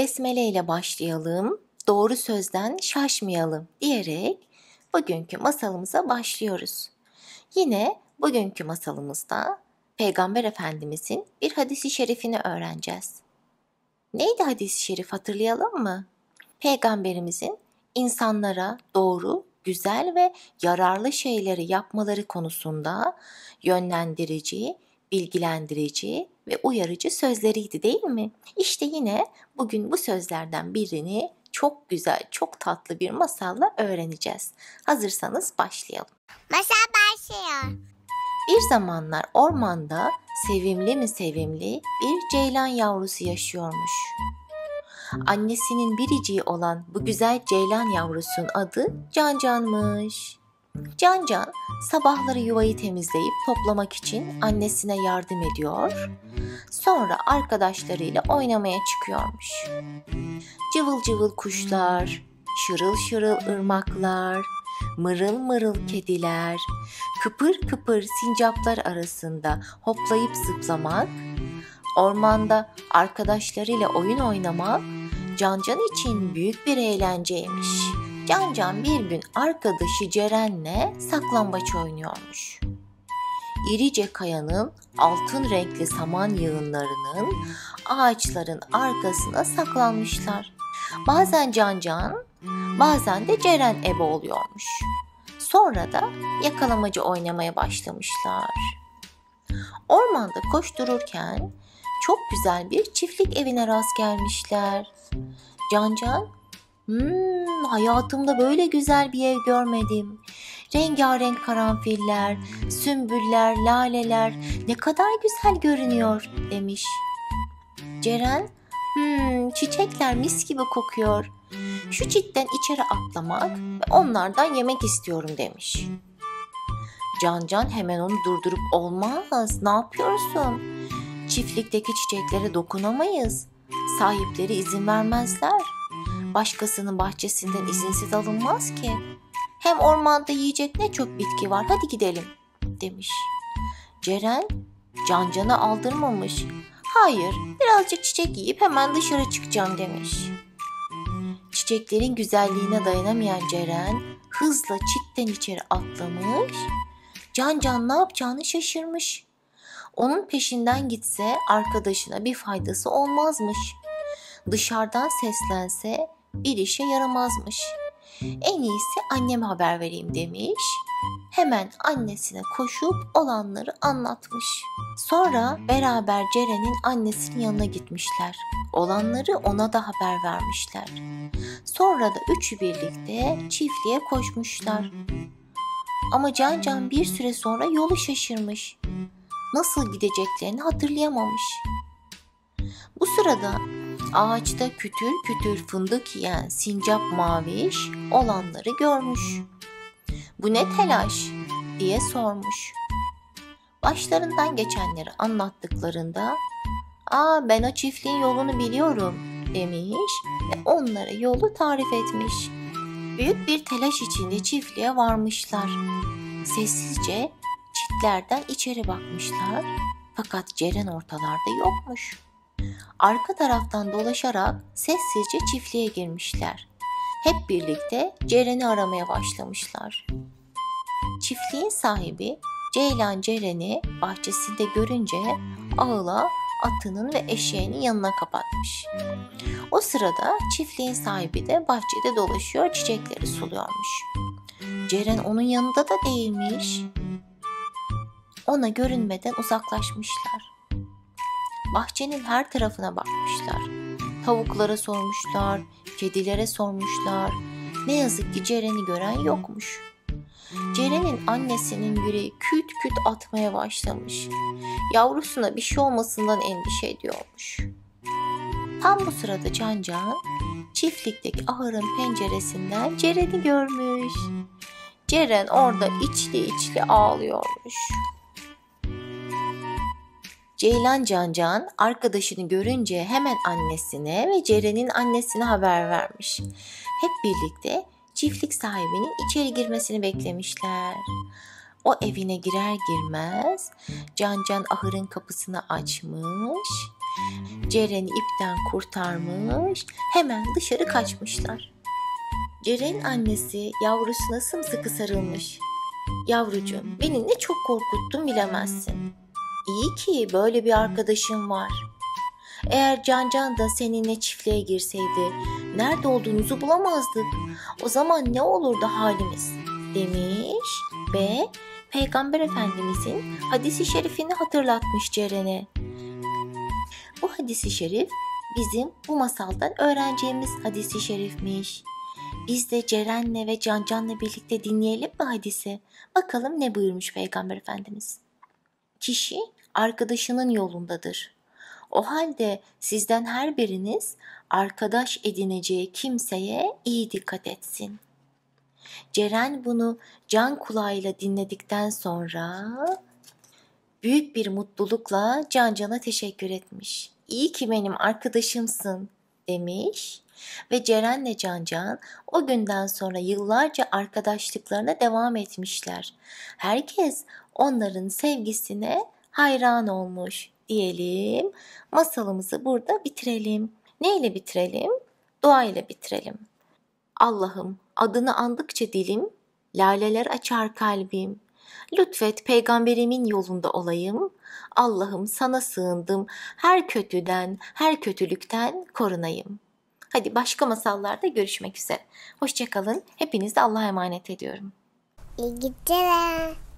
Besmele ile başlayalım, doğru sözden şaşmayalım diyerek bugünkü masalımıza başlıyoruz. Yine bugünkü masalımızda Peygamber Efendimizin bir hadisi şerifini öğreneceğiz. Neydi hadis-i şerif, hatırlayalım mı? Peygamberimizin insanlara doğru, güzel ve yararlı şeyleri yapmaları konusunda yönlendirici, bilgilendirici ve uyarıcı sözleriydi, değil mi? İşte yine bugün bu sözlerden birini çok güzel, çok tatlı bir masalla öğreneceğiz. Hazırsanız başlayalım. Masal başlıyor. Bir zamanlar ormanda sevimli mi sevimli bir ceylan yavrusu yaşıyormuş. Annesinin biriciği olan bu güzel ceylan yavrusunun adı Cancan'mış. Cancan sabahları yuvayı temizleyip toplamak için annesine yardım ediyor. Sonra arkadaşlarıyla oynamaya çıkıyormuş. Cıvıl cıvıl kuşlar, şırıl şırıl ırmaklar, mırıl mırıl kediler, kıpır kıpır sincaplar arasında hoplayıp zıplamak, ormanda arkadaşlarıyla oyun oynamak Cancan için büyük bir eğlenceymiş. Cancan bir gün arkadaşı Ceren'le saklambaç oynuyormuş. İrice kayanın altın renkli saman yığınlarının ağaçların arkasına saklanmışlar. Bazen Cancan, bazen de Ceren ebe oluyormuş. Sonra da yakalamacı oynamaya başlamışlar. Ormanda koştururken çok güzel bir çiftlik evine rast gelmişler. Cancan, hayatımda böyle güzel bir ev görmedim. Rengarenk karanfiller, sümbüller, laleler ne kadar güzel görünüyor demiş. Ceren, çiçekler mis gibi kokuyor. Şu çitten içeri atlamak ve onlardan yemek istiyorum demiş. Cancan hemen onu durdurup olmaz, ne yapıyorsun? Çiftlikteki çiçeklere dokunamayız. Sahipleri izin vermezler. Başkasının bahçesinden izinsiz alınmaz ki. Hem ormanda yiyecek ne çok bitki var, hadi gidelim demiş. Ceren Cancan'ı aldırmamış. Hayır, birazcık çiçek yiyip hemen dışarı çıkacağım demiş. Çiçeklerin güzelliğine dayanamayan Ceren hızla çitten içeri atlamış. Cancan ne yapacağını şaşırmış. Onun peşinden gitse arkadaşına bir faydası olmazmış. Dışarıdan seslense bir işe yaramazmış. En iyisi anneme haber vereyim demiş. Hemen annesine koşup olanları anlatmış. Sonra beraber Ceren'in annesinin yanına gitmişler. Olanları ona da haber vermişler. Sonra da üçü birlikte çiftliğe koşmuşlar. Ama Cancan bir süre sonra yolu şaşırmış. Nasıl gideceklerini hatırlayamamış. Bu sırada ağaçta kütür kütür fındık yiyen sincap Maviş olanları görmüş. Bu ne telaş diye sormuş. Başlarından geçenleri anlattıklarında ben o çiftliğin yolunu biliyorum demiş ve onlara yolu tarif etmiş. Büyük bir telaş içinde çiftliğe varmışlar. Sessizce çitlerden içeri bakmışlar fakat Ceren ortalarda yokmuş. Arka taraftan dolaşarak sessizce çiftliğe girmişler. Hep birlikte Ceren'i aramaya başlamışlar. Çiftliğin sahibi Ceylan Ceren'i bahçesinde görünce ağla atının ve eşeğinin yanına kapatmış. O sırada çiftliğin sahibi de bahçede dolaşıyor, çiçekleri suluyormuş. Ceren onun yanında da değilmiş. Ona görünmeden uzaklaşmışlar. Bahçenin her tarafına bakmışlar. Tavuklara sormuşlar, kedilere sormuşlar. Ne yazık ki Ceren'i gören yokmuş. Ceren'in annesinin yüreği küt küt atmaya başlamış. Yavrusuna bir şey olmasından endişe ediyormuş. Tam bu sırada Cancan çiftlikteki ahırın penceresinden Ceren'i görmüş. Ceren orada içli içli ağlıyormuş. Ceylan Cancan arkadaşını görünce hemen annesine ve Ceren'in annesine haber vermiş. Hep birlikte çiftlik sahibinin içeri girmesini beklemişler. O evine girer girmez Cancan ahırın kapısını açmış. Ceren'i ipten kurtarmış, hemen dışarı kaçmışlar. Ceren'in annesi yavrusuna sımsıkı sarılmış. Yavrucuğum, beni ne çok korkuttun bilemezsin. İyi ki böyle bir arkadaşım var. Eğer Can da seninle çiftliğe girseydi nerede olduğunuzu bulamazdık. O zaman ne olurdu halimiz demiş ve Peygamber Efendimizin hadisi şerifini hatırlatmış Ceren'e. Bu hadisi şerif bizim bu masaldan öğreneceğimiz hadisi şerifmiş. Biz de Ceren'le ve Can'la birlikte dinleyelim mi hadisi? Bakalım ne buyurmuş Peygamber Efendimiz. Kişi arkadaşının yolundadır. O halde sizden her biriniz arkadaş edineceği kimseye iyi dikkat etsin. Ceren bunu can kulağıyla dinledikten sonra büyük bir mutlulukla Can'a teşekkür etmiş. İyi ki benim arkadaşımsın demiş ve Ceren'le Can o günden sonra yıllarca arkadaşlıklarına devam etmişler. Herkes onların sevgisine hayran olmuş diyelim. Masalımızı burada bitirelim. Neyle bitirelim? Dua ile bitirelim. Allah'ım, adını andıkça dilim, laleler açar kalbim. Lütfet peygamberimin yolunda olayım. Allah'ım sana sığındım, her kötüden, her kötülükten korunayım. Hadi başka masallarda görüşmek üzere. Hoşça kalın. Hepinizi Allah'a emanet ediyorum. İyi geceler.